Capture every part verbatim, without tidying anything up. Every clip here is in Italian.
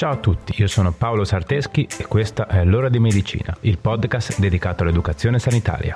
Ciao a tutti, io sono Paolo Sarteschi e questa è L'Ora di Medicina, il podcast dedicato all'educazione sanitaria.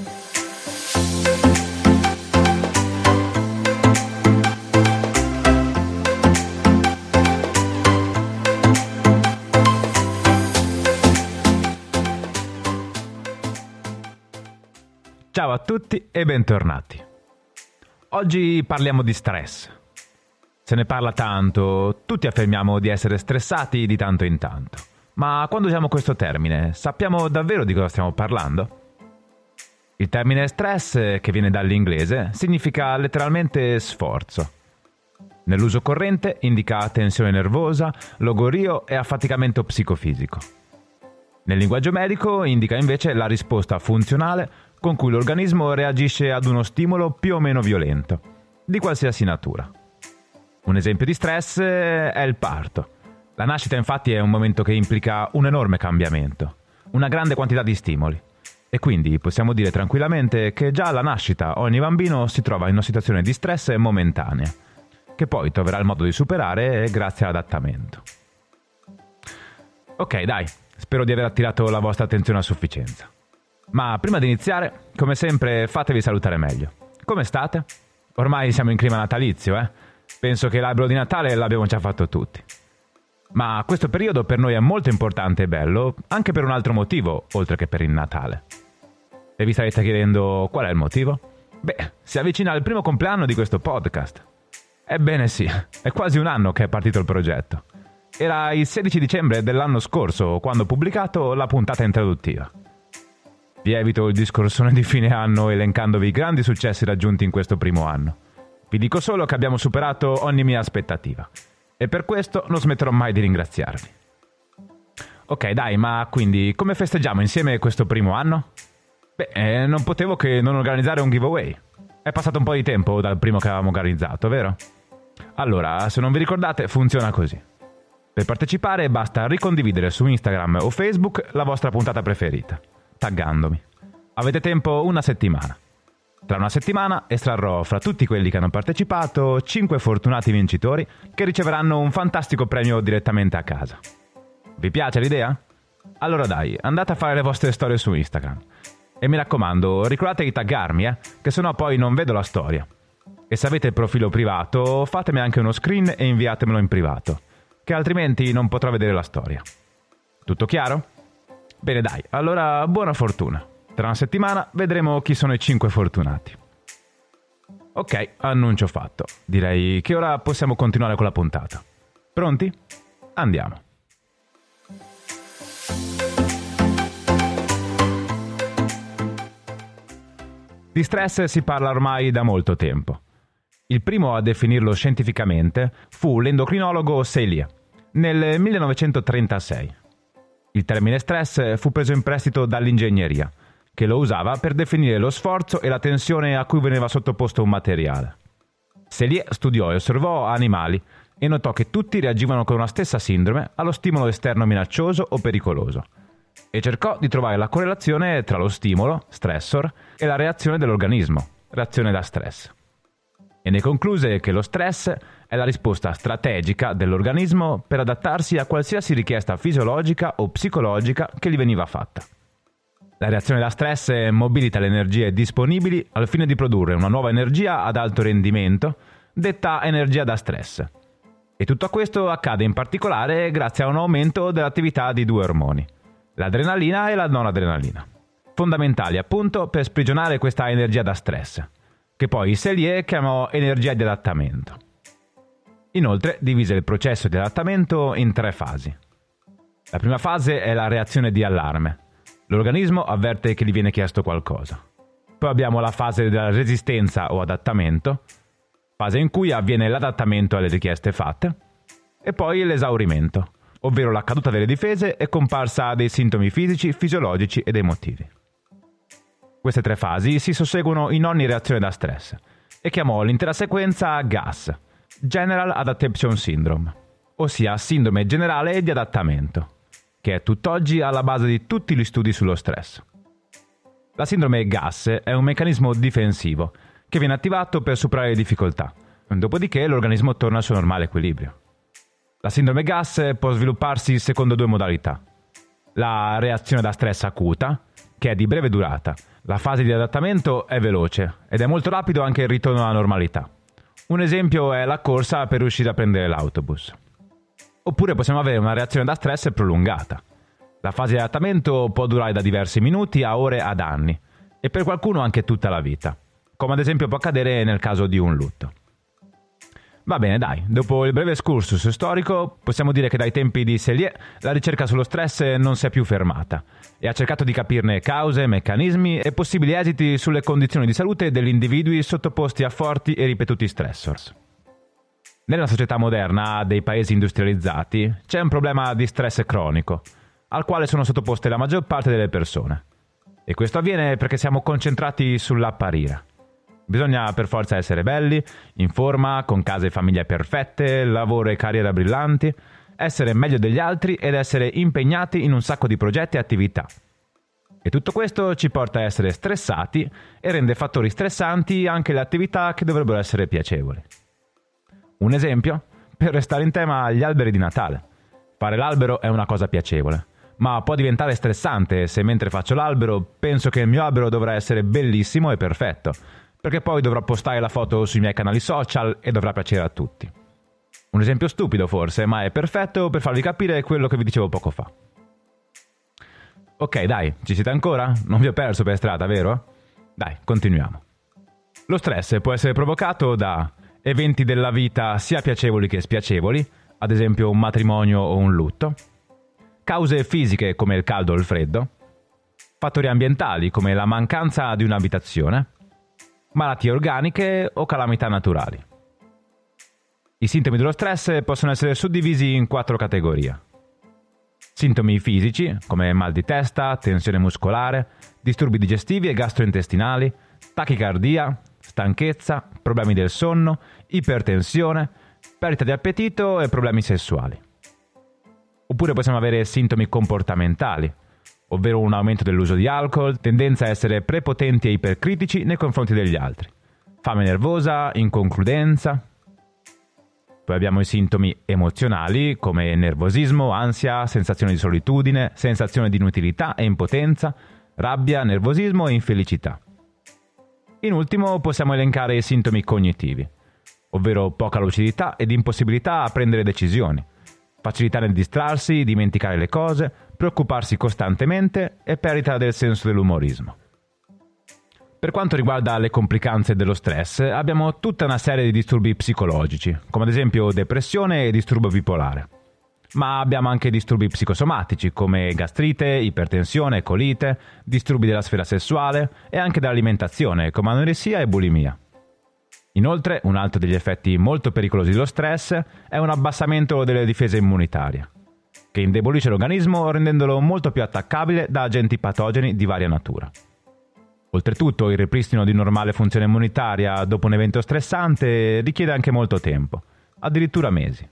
Ciao a tutti e bentornati. Oggi parliamo di stress. Se ne parla tanto, tutti affermiamo di essere stressati di tanto in tanto. Ma quando usiamo questo termine, sappiamo davvero di cosa stiamo parlando? Il termine stress, che viene dall'inglese, significa letteralmente sforzo. Nell'uso corrente indica tensione nervosa, logorio e affaticamento psicofisico. Nel linguaggio medico indica invece la risposta funzionale con cui l'organismo reagisce ad uno stimolo più o meno violento, di qualsiasi natura. Un esempio di stress è il parto. La nascita infatti è un momento che implica un enorme cambiamento, una grande quantità di stimoli. E quindi possiamo dire tranquillamente che già alla nascita ogni bambino si trova in una situazione di stress momentanea, che poi troverà il modo di superare grazie all'adattamento. Ok, dai, spero di aver attirato la vostra attenzione a sufficienza. Ma prima di iniziare, come sempre, fatevi salutare meglio. Come state? Ormai siamo in clima natalizio, eh? Penso che l'albero di Natale l'abbiamo già fatto tutti. Ma questo periodo per noi è molto importante e bello, anche per un altro motivo, oltre che per il Natale. E vi starete chiedendo qual è il motivo? Beh, si avvicina il primo compleanno di questo podcast. Ebbene sì, è quasi un anno che è partito il progetto. Era il sedici dicembre dell'anno scorso, quando ho pubblicato la puntata introduttiva. Vi evito il discorsone di fine anno elencandovi i grandi successi raggiunti in questo primo anno. Vi dico solo che abbiamo superato ogni mia aspettativa e per questo non smetterò mai di ringraziarvi. Ok, dai, ma quindi come festeggiamo insieme questo primo anno? Beh, eh, non potevo che non organizzare un giveaway. È passato un po' di tempo dal primo che avevamo organizzato, vero? Allora, se non vi ricordate, funziona così. Per partecipare basta ricondividere su Instagram o Facebook la vostra puntata preferita, taggandomi. Avete tempo una settimana. Tra una settimana estrarrò fra tutti quelli che hanno partecipato cinque fortunati vincitori che riceveranno un fantastico premio direttamente a casa. Vi piace l'idea? Allora dai, andate a fare le vostre storie su Instagram. E mi raccomando, ricordate di taggarmi, eh, che sennò poi non vedo la storia. E se avete il profilo privato, fatemi anche uno screen e inviatemelo in privato, che altrimenti non potrò vedere la storia. Tutto chiaro? Bene dai, allora buona fortuna. Tra una settimana vedremo chi sono i cinque fortunati. Ok, annuncio fatto. Direi che ora possiamo continuare con la puntata. Pronti? Andiamo. Di stress si parla ormai da molto tempo. Il primo a definirlo scientificamente fu l'endocrinologo Cellier, nel millenovecentotrentasei. Il termine stress fu preso in prestito dall'ingegneria, che lo usava per definire lo sforzo e la tensione a cui veniva sottoposto un materiale. Cellier studiò e osservò animali e notò che tutti reagivano con una stessa sindrome allo stimolo esterno minaccioso o pericoloso e cercò di trovare la correlazione tra lo stimolo, stressor, e la reazione dell'organismo, reazione da stress. E ne concluse che lo stress è la risposta strategica dell'organismo per adattarsi a qualsiasi richiesta fisiologica o psicologica che gli veniva fatta. La reazione da stress mobilita le energie disponibili al fine di produrre una nuova energia ad alto rendimento, detta energia da stress. E tutto questo accade in particolare grazie a un aumento dell'attività di due ormoni, l'adrenalina e la non adrenalina, fondamentali appunto per sprigionare questa energia da stress, che poi Cellier chiamò energia di adattamento. Inoltre divise il processo di adattamento in tre fasi. La prima fase è la reazione di allarme. L'organismo avverte che gli viene chiesto qualcosa. Poi abbiamo la fase della resistenza o adattamento, fase in cui avviene l'adattamento alle richieste fatte, e poi l'esaurimento, ovvero la caduta delle difese e comparsa dei sintomi fisici, fisiologici ed emotivi. Queste tre fasi si susseguono in ogni reazione da stress e chiamò l'intera sequenza G A S, General Adaptation Syndrome, ossia sindrome generale di adattamento, che è tutt'oggi alla base di tutti gli studi sullo stress. La sindrome G A S è un meccanismo difensivo che viene attivato per superare le difficoltà, dopodiché l'organismo torna al suo normale equilibrio. La sindrome gas può svilupparsi secondo due modalità. La reazione da stress acuta, che è di breve durata. La fase di adattamento è veloce ed è molto rapido anche il ritorno alla normalità. Un esempio è la corsa per riuscire a prendere l'autobus. Oppure possiamo avere una reazione da stress prolungata. La fase di adattamento può durare da diversi minuti a ore ad anni e per qualcuno anche tutta la vita, come ad esempio può accadere nel caso di un lutto. Va bene, dai, dopo il breve excursus storico possiamo dire che dai tempi di Selye la ricerca sullo stress non si è più fermata e ha cercato di capirne cause, meccanismi e possibili esiti sulle condizioni di salute degli individui sottoposti a forti e ripetuti stressors. Nella società moderna dei paesi industrializzati c'è un problema di stress cronico, al quale sono sottoposte la maggior parte delle persone. E questo avviene perché siamo concentrati sull'apparire. Bisogna per forza essere belli, in forma, con casa e famiglie perfette, lavoro e carriera brillanti, essere meglio degli altri ed essere impegnati in un sacco di progetti e attività. E tutto questo ci porta a essere stressati e rende fattori stressanti anche le attività che dovrebbero essere piacevoli. Un esempio? Per restare in tema, gli alberi di Natale. Fare l'albero è una cosa piacevole, ma può diventare stressante se mentre faccio l'albero penso che il mio albero dovrà essere bellissimo e perfetto, perché poi dovrò postare la foto sui miei canali social e dovrà piacere a tutti. Un esempio stupido forse, ma è perfetto per farvi capire quello che vi dicevo poco fa. Ok, dai, ci siete ancora? Non vi ho perso per strada, vero? Dai, continuiamo. Lo stress può essere provocato da eventi della vita sia piacevoli che spiacevoli, ad esempio un matrimonio o un lutto, cause fisiche come il caldo o il freddo, fattori ambientali come la mancanza di un'abitazione, malattie organiche o calamità naturali. I sintomi dello stress possono essere suddivisi in quattro categorie. Sintomi fisici, come mal di testa, tensione muscolare, disturbi digestivi e gastrointestinali, tachicardia, stanchezza, problemi del sonno, ipertensione, perdita di appetito e problemi sessuali. Oppure possiamo avere sintomi comportamentali, ovvero un aumento dell'uso di alcol, tendenza a essere prepotenti e ipercritici nei confronti degli altri, fame nervosa, inconcludenza. Poi abbiamo i sintomi emozionali come nervosismo, ansia, sensazione di solitudine, sensazione di inutilità e impotenza, rabbia, nervosismo e infelicità. In ultimo possiamo elencare i sintomi cognitivi, ovvero poca lucidità ed impossibilità a prendere decisioni, facilità nel distrarsi, dimenticare le cose, preoccuparsi costantemente e perdita del senso dell'umorismo. Per quanto riguarda le complicanze dello stress, abbiamo tutta una serie di disturbi psicologici, come ad esempio depressione e disturbo bipolare. Ma abbiamo anche disturbi psicosomatici, come gastrite, ipertensione, colite, disturbi della sfera sessuale e anche dell'alimentazione, come anoressia e bulimia. Inoltre, un altro degli effetti molto pericolosi dello stress è un abbassamento delle difese immunitarie, che indebolisce l'organismo rendendolo molto più attaccabile da agenti patogeni di varia natura. Oltretutto, il ripristino di normale funzione immunitaria dopo un evento stressante richiede anche molto tempo, addirittura mesi.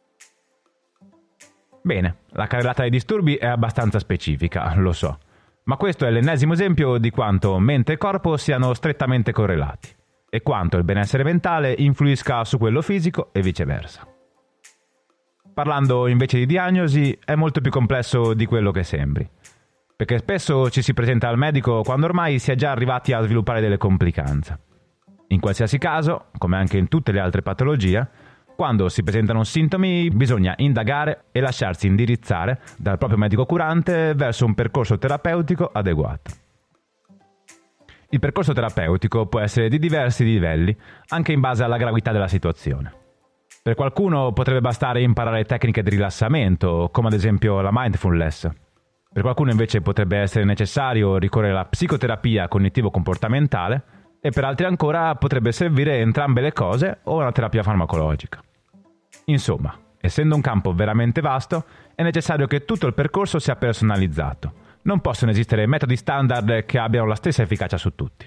Bene, la carrellata dei disturbi è abbastanza specifica, lo so, ma questo è l'ennesimo esempio di quanto mente e corpo siano strettamente correlati e quanto il benessere mentale influisca su quello fisico e viceversa. Parlando invece di diagnosi, è molto più complesso di quello che sembri, perché spesso ci si presenta al medico quando ormai si è già arrivati a sviluppare delle complicanze. In qualsiasi caso, come anche in tutte le altre patologie, quando si presentano sintomi bisogna indagare e lasciarsi indirizzare dal proprio medico curante verso un percorso terapeutico adeguato. Il percorso terapeutico può essere di diversi livelli, anche in base alla gravità della situazione. Per qualcuno potrebbe bastare imparare tecniche di rilassamento, come ad esempio la mindfulness. Per qualcuno invece potrebbe essere necessario ricorrere alla psicoterapia cognitivo-comportamentale e per altri ancora potrebbe servire entrambe le cose o una terapia farmacologica. Insomma, essendo un campo veramente vasto, è necessario che tutto il percorso sia personalizzato. Non possono esistere metodi standard che abbiano la stessa efficacia su tutti.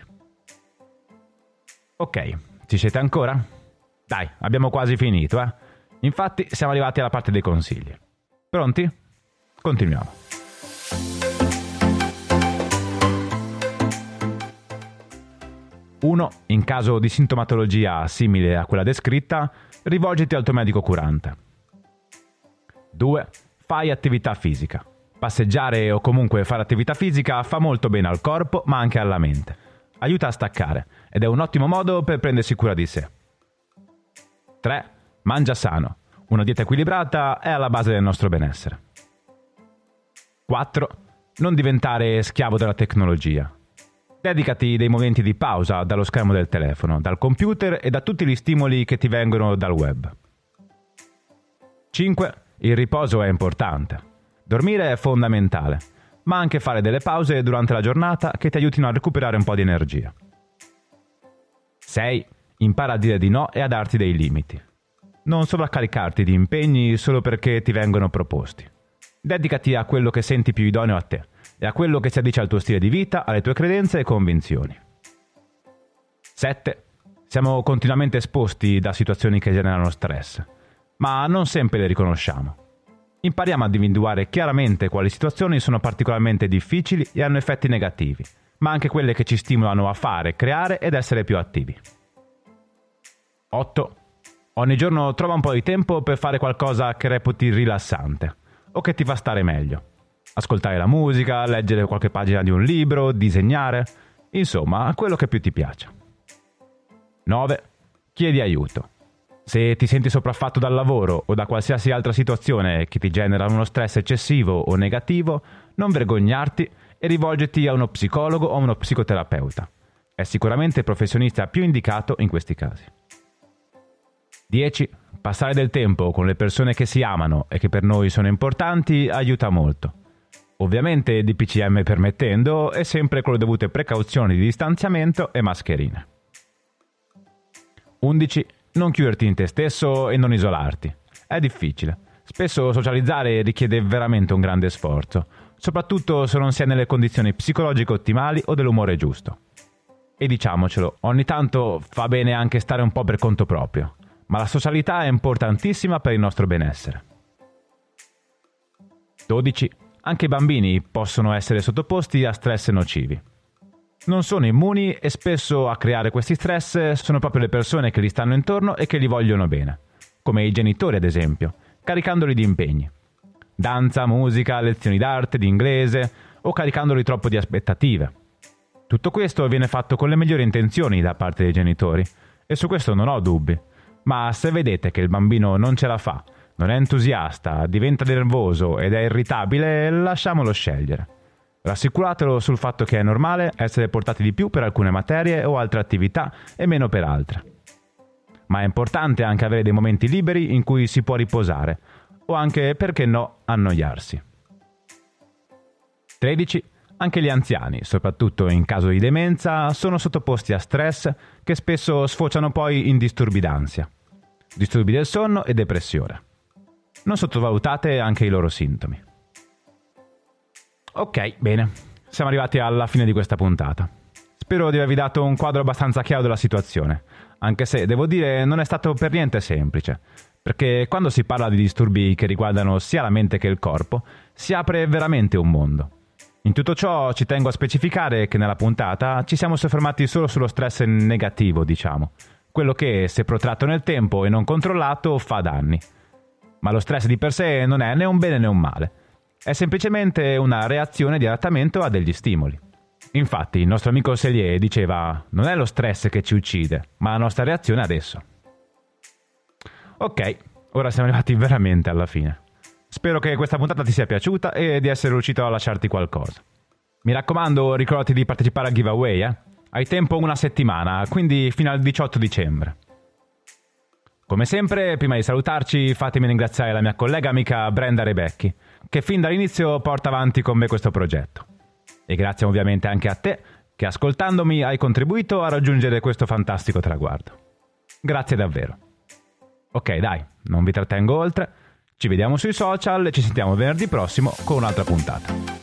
Ok, ci siete ancora? Dai, abbiamo quasi finito, eh? Infatti siamo arrivati alla parte dei consigli. Pronti? Continuiamo. uno. In caso di sintomatologia simile a quella descritta, rivolgiti al tuo medico curante. due. Fai attività fisica. Passeggiare o comunque fare attività fisica fa molto bene al corpo, ma anche alla mente. Aiuta a staccare ed è un ottimo modo per prendersi cura di sé. tre. Mangia sano. Una dieta equilibrata è alla base del nostro benessere. quattro. Non diventare schiavo della tecnologia. Dedicati dei momenti di pausa dallo schermo del telefono, dal computer e da tutti gli stimoli che ti vengono dal web. cinque. Il riposo è importante. Dormire è fondamentale, ma anche fare delle pause durante la giornata che ti aiutino a recuperare un po' di energia. sei. Impara a dire di no e a darti dei limiti. Non sovraccaricarti di impegni solo perché ti vengono proposti. Dedicati a quello che senti più idoneo a te e a quello che si addice al tuo stile di vita, alle tue credenze e convinzioni. sette. Siamo continuamente esposti da situazioni che generano stress, ma non sempre le riconosciamo. Impariamo ad individuare chiaramente quali situazioni sono particolarmente difficili e hanno effetti negativi, ma anche quelle che ci stimolano a fare, creare ed essere più attivi. otto. Ogni giorno trova un po' di tempo per fare qualcosa che reputi rilassante o che ti fa stare meglio. Ascoltare la musica, leggere qualche pagina di un libro, disegnare, insomma, quello che più ti piace. nove. Chiedi aiuto. Se ti senti sopraffatto dal lavoro o da qualsiasi altra situazione che ti genera uno stress eccessivo o negativo, non vergognarti e rivolgiti a uno psicologo o a uno psicoterapeuta. È sicuramente il professionista più indicato in questi casi. dieci. Passare del tempo con le persone che si amano e che per noi sono importanti aiuta molto. Ovviamente D P C M permettendo e sempre con le dovute precauzioni di distanziamento e mascherine. undici. Non chiuderti in te stesso e non isolarti. È difficile. Spesso socializzare richiede veramente un grande sforzo, soprattutto se non si è nelle condizioni psicologiche ottimali o dell'umore giusto. E diciamocelo, ogni tanto fa bene anche stare un po' per conto proprio, ma la socialità è importantissima per il nostro benessere. dodici. Anche i bambini possono essere sottoposti a stress nocivi. Non sono immuni e spesso a creare questi stress sono proprio le persone che li stanno intorno e che li vogliono bene, come i genitori ad esempio, caricandoli di impegni. Danza, musica, lezioni d'arte, di inglese o caricandoli troppo di aspettative. Tutto questo viene fatto con le migliori intenzioni da parte dei genitori e su questo non ho dubbi, ma se vedete che il bambino non ce la fa, non è entusiasta, diventa nervoso ed è irritabile, lasciamolo scegliere. Rassicuratelo sul fatto che è normale essere portati di più per alcune materie o altre attività e meno per altre. Ma è importante anche avere dei momenti liberi in cui si può riposare o anche, perché no, annoiarsi. tredici. Anche gli anziani, soprattutto in caso di demenza, sono sottoposti a stress che spesso sfociano poi in disturbi d'ansia, disturbi del sonno e depressione. Non sottovalutate anche i loro sintomi. Ok, bene, siamo arrivati alla fine di questa puntata. Spero di avervi dato un quadro abbastanza chiaro della situazione, anche se, devo dire, non è stato per niente semplice, perché quando si parla di disturbi che riguardano sia la mente che il corpo, si apre veramente un mondo. In tutto ciò ci tengo a specificare che nella puntata ci siamo soffermati solo sullo stress negativo, diciamo, quello che, se protratto nel tempo e non controllato, fa danni. Ma lo stress di per sé non è né un bene né un male. È semplicemente una reazione di adattamento a degli stimoli. Infatti, il nostro amico Selye diceva: non è lo stress che ci uccide, ma la nostra reazione ad esso. Ok, ora siamo arrivati veramente alla fine. Spero che questa puntata ti sia piaciuta e di essere riuscito a lasciarti qualcosa. Mi raccomando, ricordati di partecipare al giveaway, eh? Hai tempo una settimana, quindi fino al diciotto dicembre. Come sempre, prima di salutarci, fatemi ringraziare la mia collega amica Brenda Rebecchi, che fin dall'inizio porta avanti con me questo progetto. E grazie ovviamente anche a te, che ascoltandomi hai contribuito a raggiungere questo fantastico traguardo. Grazie davvero. Ok, dai, non vi trattengo oltre. Ci vediamo sui social e ci sentiamo venerdì prossimo con un'altra puntata.